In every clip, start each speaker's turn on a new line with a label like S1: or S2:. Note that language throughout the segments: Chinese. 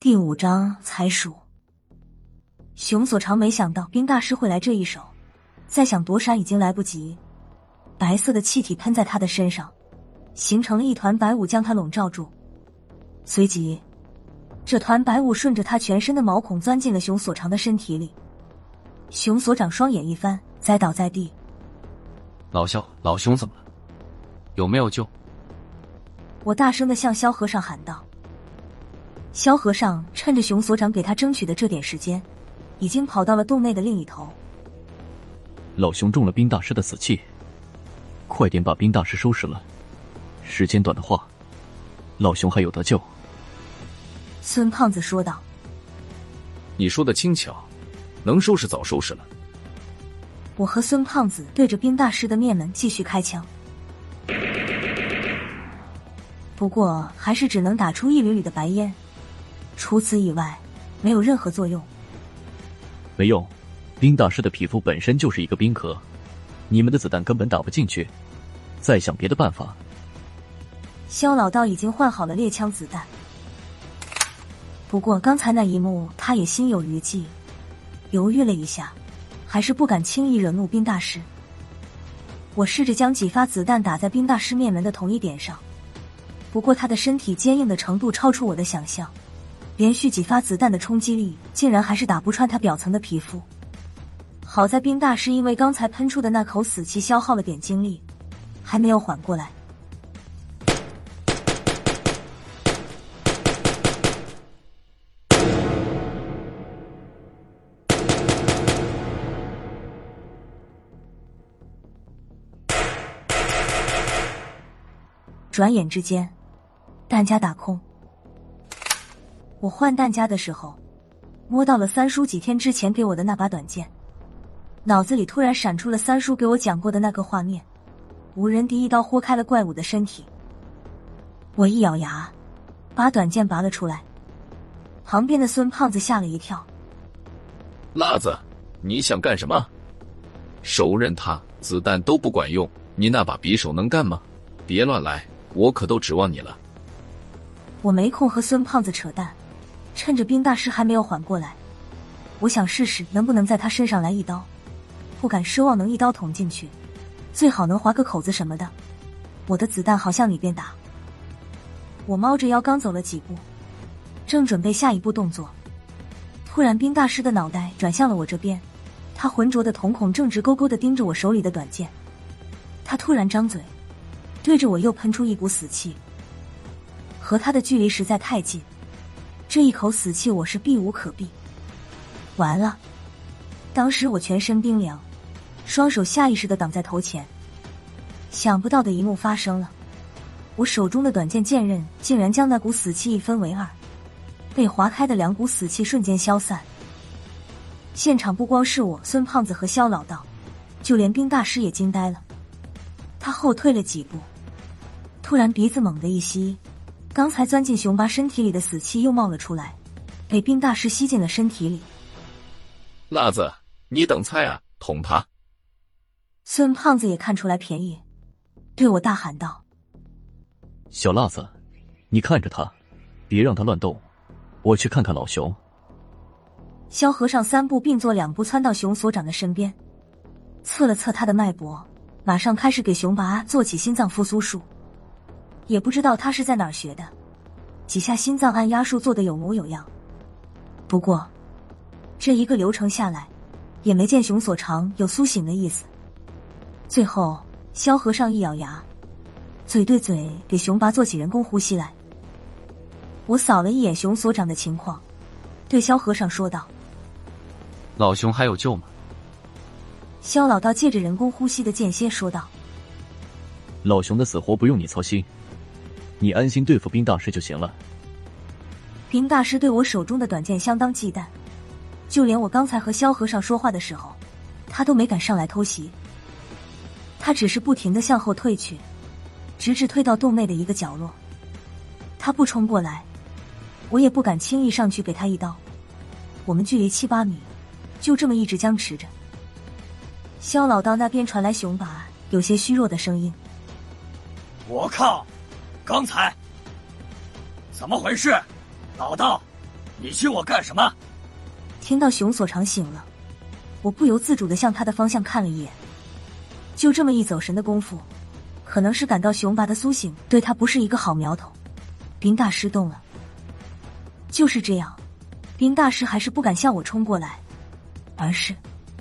S1: 第5章财鼠。熊所长没想到冰大师会来这一手，再想躲闪已经来不及。白色的气体喷在他的身上，形成了一团白雾将他笼罩住。随即，这团白雾顺着他全身的毛孔钻进了熊所长的身体里。熊所长双眼一翻，栽倒在地。
S2: 老熊怎么了？有没有救？
S1: 我大声地向萧和尚喊道。萧和尚趁着熊所长给他争取的这点时间，已经跑到了洞内的另一头。
S3: 老熊中了冰大师的死气，快点把冰大师收拾了，时间短的话，老熊还有得救。
S1: 孙胖子说道。
S4: 你说的轻巧，能收拾早收拾了。
S1: 我和孙胖子对着冰大师的面门继续开枪，不过还是只能打出一缕缕的白烟，除此以外没有任何作用。
S3: 没用，冰大师的皮肤本身就是一个冰壳，你们的子弹根本打不进去，再想别的办法。
S1: 萧老道已经换好了猎枪子弹，不过刚才那一幕他也心有余悸，犹豫了一下，还是不敢轻易惹怒冰大师。我试着将几发子弹打在冰大师面门的同一点上，不过他的身体坚硬的程度超出我的想象，连续几发子弹的冲击力竟然还是打不穿他表层的皮肤。好在冰大师因为刚才喷出的那口死气消耗了点精力，还没有缓过来。转眼之间，弹夹打空。我换弹夹的时候，摸到了三叔几天之前给我的那把短剑，脑子里突然闪出了三叔给我讲过的那个画面，无人敌一刀豁开了怪物的身体。我一咬牙，把短剑拔了出来。旁边的孙胖子吓了一跳。
S4: 辣子，你想干什么？手刃他，子弹都不管用，你那把匕首能干吗？别乱来，我可都指望你了。
S1: 我没空和孙胖子扯淡，趁着冰大师还没有缓过来，我想试试能不能在他身上来一刀，不敢奢望能一刀捅进去，最好能划个口子什么的。我的子弹好像里边打。我猫着腰刚走了几步，正准备下一步动作，突然冰大师的脑袋转向了我这边，他浑浊的瞳孔正直勾勾地盯着我手里的短剑。他突然张嘴，对着我又喷出一股死气。和他的距离实在太近，这一口死气我是避无可避。完了！当时我全身冰凉，双手下意识地挡在头前。想不到的一幕发生了，我手中的短剑剑刃竟然将那股死气一分为二，被划开的2股死气瞬间消散。现场不光是我、孙胖子和萧老道，就连冰大师也惊呆了。他后退了几步，突然鼻子猛地一吸，刚才钻进熊八身体里的死气又冒了出来，被冰大师吸进了身体里。
S4: 辣子，你等菜啊，捅他！
S1: 孙胖子也看出来便宜，对我大喊道：
S3: 小辣子，你看着他，别让他乱动，我去看看老熊。
S1: 萧和尚3步并作2步窜到熊所长的身边，测了测他的脉搏，马上开始给熊拔做起心脏复苏术。也不知道他是在哪儿学的，几下心脏按压术做得有模有样。不过这一个流程下来，也没见熊所长有苏醒的意思。最后萧和尚一咬牙，嘴对嘴给熊拔做起人工呼吸来。我扫了一眼熊所长的情况，对萧和尚说道：
S2: 老熊还有救吗？
S1: 萧老道借着人工呼吸的间歇说道：
S3: 老熊的死活不用你操心，你安心对付冰大师就行了。
S1: 冰大师对我手中的短剑相当忌惮，就连我刚才和萧和尚说话的时候，他都没敢上来偷袭。他只是不停地向后退去，直至退到洞内的一个角落。他不冲过来，我也不敢轻易上去给他一刀。我们距离7、8米，就这么一直僵持着。萧老道那边传来熊拔有些虚弱的声音：
S5: 我靠，刚才怎么回事？老道， 你亲我干什么？
S1: 听到熊所长醒了，我不由自主地向他的方向看了一眼。就这么一走神的功夫，可能是感到熊拔的苏醒对他不是一个好苗头，冰大师动了。就是这样，冰大师还是不敢向我冲过来，而是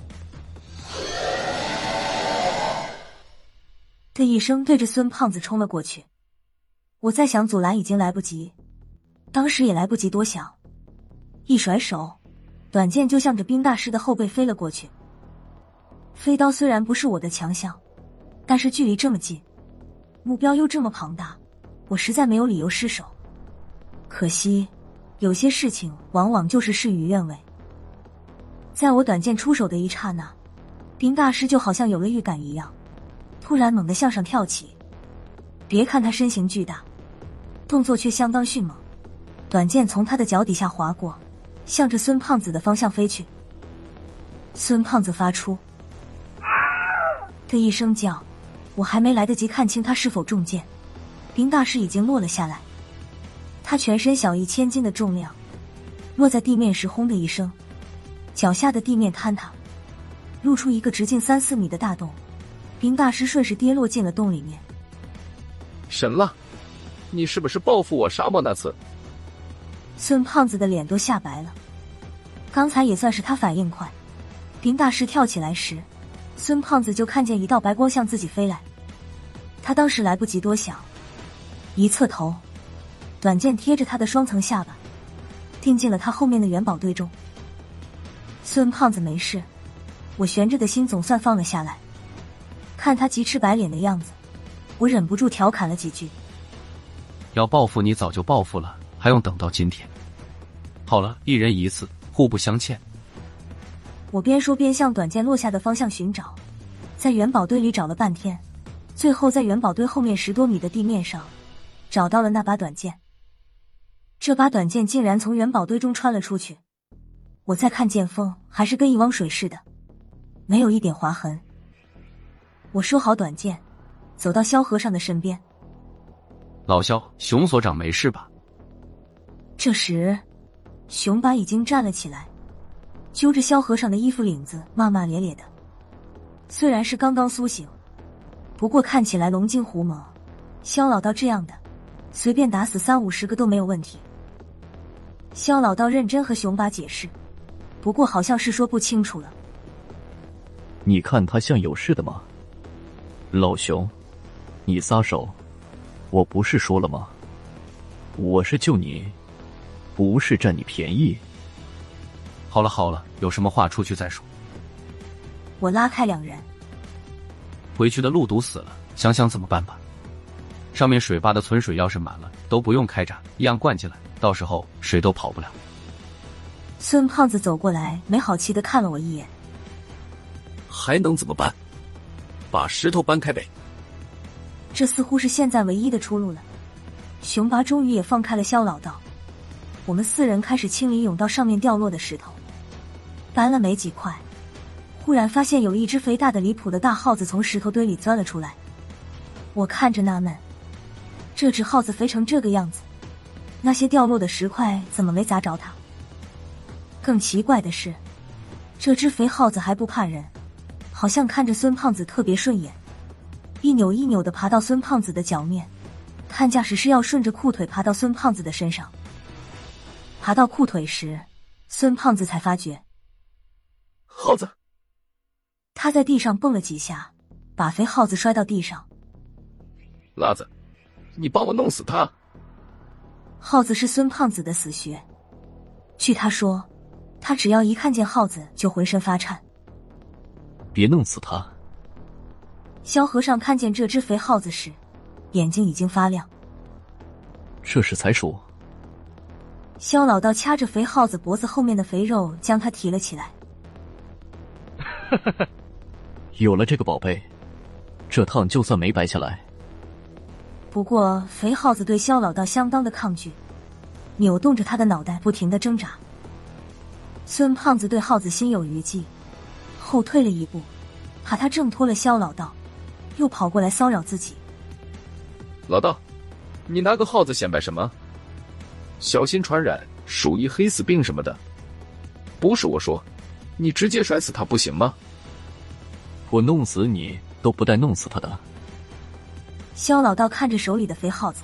S1: 的一声对着孙胖子冲了过去。我再想阻拦已经来不及，当时也来不及多想，一甩手，短剑就向着冰大师的后背飞了过去。飞刀虽然不是我的强项，但是距离这么近，目标又这么庞大，我实在没有理由失手。可惜有些事情往往就是事与愿违。在我短剑出手的一刹那，冰大师就好像有了预感一样，突然猛地向上跳起。别看他身形巨大，动作却相当迅猛，短剑从他的脚底下划过，向着孙胖子的方向飞去。孙胖子发出的一声叫，我还没来得及看清他是否中箭，冰大师已经落了下来。他全身小1000斤的重量，落在地面时轰的一声，脚下的地面坍塌，露出一个直径3、4米的大洞。冰大师顺势跌落进了洞里面。
S4: 神了，你是不是报复我沙漠那次？
S1: 孙胖子的脸都吓白了。刚才也算是他反应快，冰大师跳起来时，孙胖子就看见一道白光向自己飞来。他当时来不及多想，一侧头，短剑贴着他的双层下巴，钉进了他后面的元宝堆中。孙胖子没事，我悬着的心总算放了下来。看他急赤白脸的样子，我忍不住调侃了几句。
S2: 要报复你早就报复了，还用等到今天？好了，一人一次，互不相欠。
S1: 我边说边向短剑落下的方向寻找，在元宝堆里找了半天，最后在元宝堆后面10多米的地面上找到了那把短剑。这把短剑竟然从元宝堆中穿了出去。我再看剑锋还是跟一汪水似的，没有一点划痕。我收好短剑，走到萧和尚的身边。
S2: 老萧，熊所长没事吧？
S1: 这时熊拔已经站了起来，揪着萧和尚的衣服领子骂骂咧咧的。虽然是刚刚苏醒，不过看起来龙精虎猛，萧老道这样的随便打死30-50个都没有问题。萧老道认真和熊拔解释，不过好像是说不清楚了。
S3: 你看他像有事的吗？老熊，你撒手，我不是说了吗？我是救你，不是占你便宜。
S2: 好了好了，有什么话出去再说。
S1: 我拉开两人。
S2: 回去的路堵死了，想想怎么办吧。上面水坝的存水要是满了，都不用开闸，一样灌进来，到时候谁都跑不了。
S1: 孙胖子走过来，没好气地看了我一眼。
S4: 还能怎么办？把石头搬开呗。
S1: 这似乎是现在唯一的出路了。熊拔终于也放开了萧老道，我们4人开始清理甬道上面掉落的石头。搬了没几块，忽然发现有一只肥大的离谱的大耗子从石头堆里钻了出来。我看着纳闷，这只耗子肥成这个样子，那些掉落的石块怎么没砸着它？更奇怪的是，这只肥耗子还不怕人，好像看着孙胖子特别顺眼，一扭一扭地爬到孙胖子的脚面，看架势是要顺着裤腿爬到孙胖子的身上。爬到裤腿时，孙胖子才发觉，
S4: 耗子！
S1: 他在地上蹦了几下，把肥耗子摔到地上。
S4: 辣子，你帮我弄死他！
S1: 耗子是孙胖子的死穴，据他说，他只要一看见耗子就浑身发颤。
S3: 别弄死他！
S1: 萧和尚看见这只肥耗子时，眼睛已经发亮。
S3: 这是财鼠。
S1: 萧老道掐着肥耗子脖子后面的肥肉，将它提了起来。
S3: 有了这个宝贝，这趟就算没白下来。
S1: 不过肥耗子对萧老道相当的抗拒，扭动着他的脑袋不停地挣扎。孙胖子对耗子心有余悸，后退了一步，怕他挣脱了萧老道，又跑过来骚扰自己。
S4: 老道，你拿个耗子显摆什么？小心传染， 鼠疫、黑死病什么的。不是我说，你直接甩死他不行吗？
S3: 我弄死你都不带弄死他的。
S1: 萧老道看着手里的肥耗子，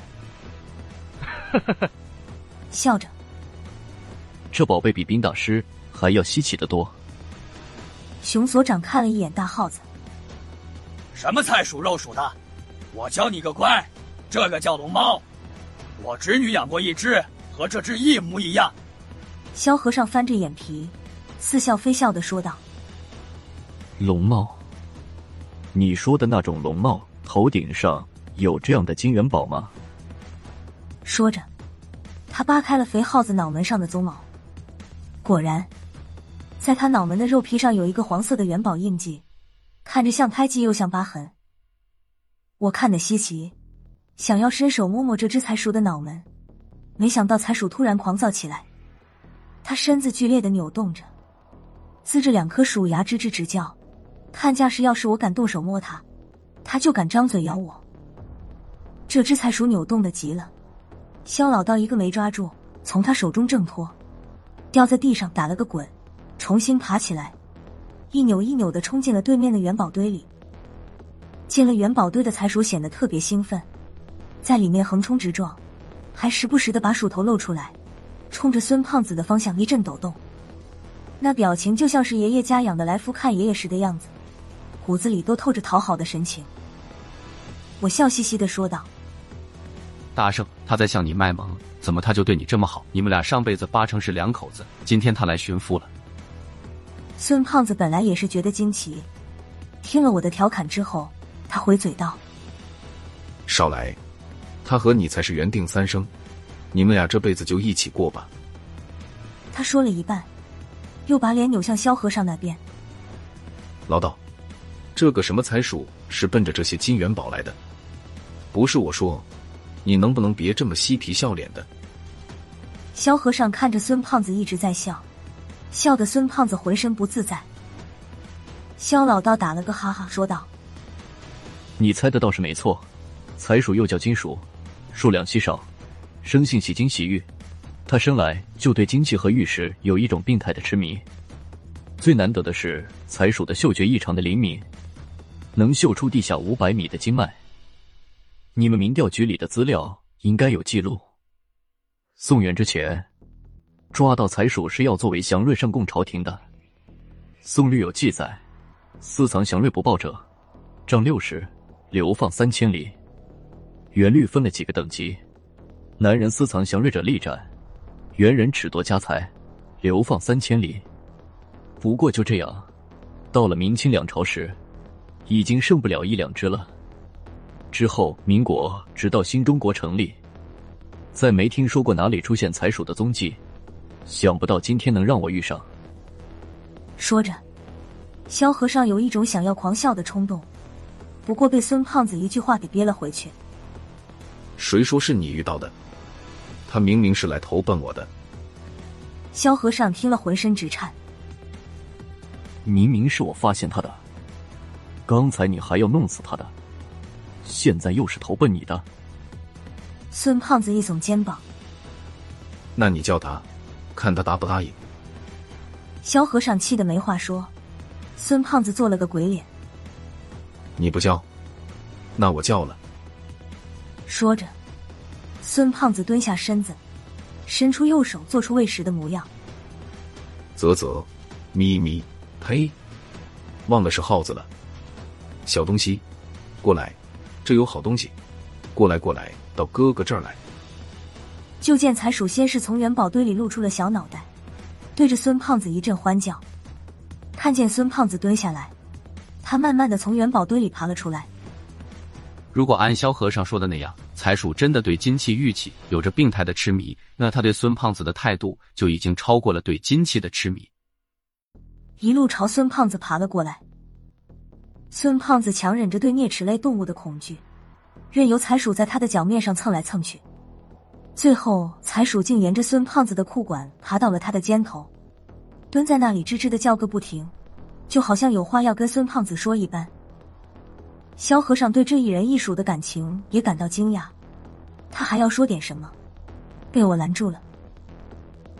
S1: 笑着。
S3: 这宝贝比冰大师还要稀奇得多。
S1: 熊所长看了一眼大耗子，
S5: 什么菜鼠肉鼠的，我教你个乖，这个叫龙猫，我侄女养过一只，和这只一模一样。
S1: 萧和尚翻着眼皮，似笑非笑地说道：
S3: 龙猫？你说的那种龙猫，头顶上有这样的金元宝吗？
S1: 说着，他扒开了肥耗子脑门上的鬃毛，果然，在他脑门的肉皮上有一个黄色的元宝印记，看着像胎记又像疤痕。我看得稀奇，想要伸手摸摸这只财鼠的脑门，没想到财鼠突然狂躁起来，他身子剧烈地扭动着，呲着两颗鼠牙吱吱直叫，看架势要是我敢动手摸它，它就敢张嘴咬我。这只财鼠扭动得急了，萧老道一个没抓住，从他手中挣脱，掉在地上打了个滚，重新爬起来，一扭一扭地冲进了对面的元宝堆里。进了元宝堆的财鼠显得特别兴奋，在里面横冲直撞，还时不时地把鼠头露出来，冲着孙胖子的方向一阵抖动。那表情就像是爷爷家养的来福看爷爷时的样子，骨子里都透着讨好的神情。我笑嘻嘻地说道：
S2: 大圣，他在向你卖萌，怎么他就对你这么好？你们俩上辈子八成是两口子，今天他来寻夫了。
S1: 孙胖子本来也是觉得惊奇，听了我的调侃之后，他回嘴道：
S4: 少来，他和你才是缘定三生，你们俩这辈子就一起过吧。
S1: 他说了一半，又把脸扭向萧和尚那边。
S4: 老道，这个什么财鼠是奔着这些金元宝来的，不是我说，你能不能别这么嬉皮笑脸的？
S1: 萧和尚看着孙胖子一直在笑，笑得孙胖子浑身不自在。萧老道打了个哈哈说道：
S3: 你猜的倒是没错，财鼠又叫金鼠，数量稀少，生性喜金喜玉，它生来就对金器和玉石有一种病态的痴迷。最难得的是财鼠的嗅觉异常的灵敏，能嗅出地下500米的经脉。你们民调局里的资料应该有记录，宋元之前抓到财鼠是要作为祥瑞上供朝廷的。宋律有记载，私藏祥瑞不报者杖60，流放3000里。元律分了几个等级，男人私藏祥瑞者力斩，元人褫夺家财，流放3000里。不过就这样，到了明清两朝时，已经剩不了1-2只了。之后民国直到新中国成立，再没听说过哪里出现财鼠的踪迹，想不到今天能让我遇上。
S1: 说着，萧和尚有一种想要狂笑的冲动，不过被孙胖子一句话给憋了回去。
S4: 谁说是你遇到的？他明明是来投奔我的。
S1: 萧和尚听了浑身直颤。
S3: 明明是我发现他的，刚才你还要弄死他的，现在又是投奔你的。
S1: 孙胖子一耸肩膀。
S4: 那你叫他，看他答不答应。
S1: 萧和尚气得没话说，孙胖子做了个鬼脸。
S4: 你不叫，那我叫了。
S1: 说着，孙胖子蹲下身子，伸出右手做出喂食的模样。
S4: 啧啧，咪咪，呸，忘了是耗子了。小东西，过来，这有好东西，过来过来，到哥哥这儿来。
S1: 就见财鼠先是从元宝堆里露出了小脑袋，对着孙胖子一阵欢叫。看见孙胖子蹲下来，他慢慢的从元宝堆里爬了出来。
S2: 如果按萧和尚说的那样，财鼠真的对金器玉器有着病态的痴迷，那他对孙胖子的态度就已经超过了对金器的痴迷。
S1: 一路朝孙胖子爬了过来。孙胖子强忍着对啮齿类动物的恐惧，任由财鼠在他的脚面上蹭来蹭去。最后财鼠竟沿着孙胖子的裤管爬到了他的肩头，蹲在那里吱吱地叫个不停，就好像有话要跟孙胖子说一般。萧和尚对这一人一鼠的感情也感到惊讶，他还要说点什么，被我拦住了。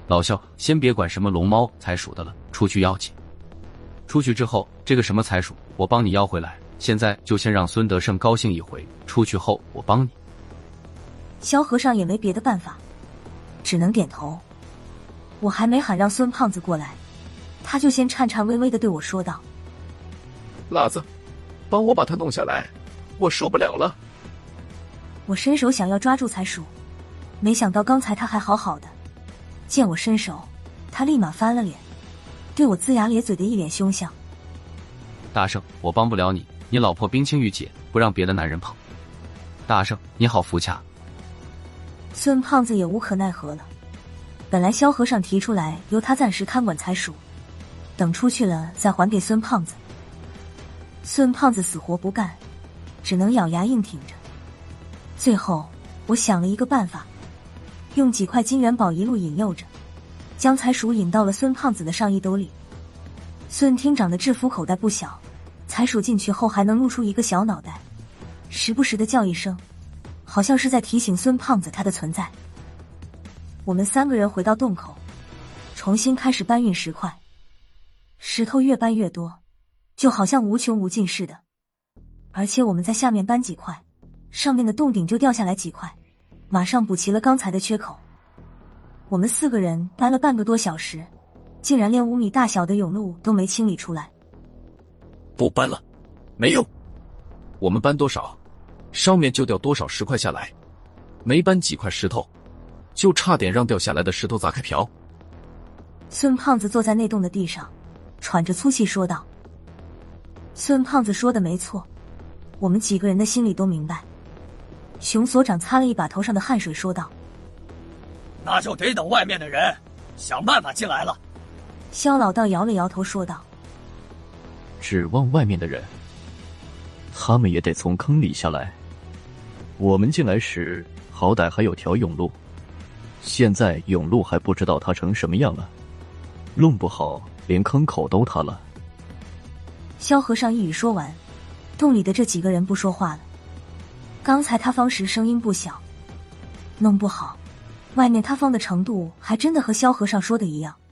S2: 老肖，先别管什么龙猫财鼠的了，出去要紧。出去之后，这个什么财鼠，我帮你要回来。现在就先让孙德胜高兴一回，出去后我帮你。
S1: 萧和尚也没别的办法，只能点头。我还没喊让孙胖子过来，他就先颤颤巍巍地对我说道：“
S4: 辣子，帮我把他弄下来，我受不了了。”
S1: 我伸手想要抓住财鼠，没想到刚才他还好好的，见我伸手，他立马翻了脸，对我龇牙咧嘴的一脸凶相。
S2: 大圣，我帮不了你，你老婆冰清玉洁，不让别的男人碰。大圣，你好福恰。
S1: 孙胖子也无可奈何了。本来萧和尚提出来由他暂时看管财鼠，等出去了再还给孙胖子。孙胖子死活不干，只能咬牙硬挺着。最后我想了一个办法，用几块金元宝一路引诱着，将财鼠引到了孙胖子的上衣兜里。孙厅长的制服口袋不小，财鼠进去后还能露出一个小脑袋，时不时的叫一声，好像是在提醒孙胖子他的存在。我们3个人回到洞口，重新开始搬运石块，石头越搬越多，就好像无穷无尽似的。而且我们在下面搬几块，上面的洞顶就掉下来几块，马上补齐了刚才的缺口。我们4个人搬了半个多小时，竟然连5米大小的甬路都没清理出来。
S4: 不搬了，没用。我们搬多少，上面就掉多少石块下来，没搬几块石头，就差点让掉下来的石头砸开瓢。
S1: 孙胖子坐在内洞的地上，喘着粗气说道。孙胖子说的没错，我们几个人的心里都明白。熊所长擦了一把头上的汗水说道：
S5: 那就得等外面的人想办法进来了。
S1: 萧老道摇了摇头说道：
S3: 指望外面的人，他们也得从坑里下来。我们进来时好歹还有条甬路，现在甬路还不知道它成什么样了，弄不好连坑口都塌了。
S1: 萧和尚一语说完，洞里的这几个人不说话了。刚才塌方时声音不小，弄不好外面塌方的程度还真的和萧和尚说的一样。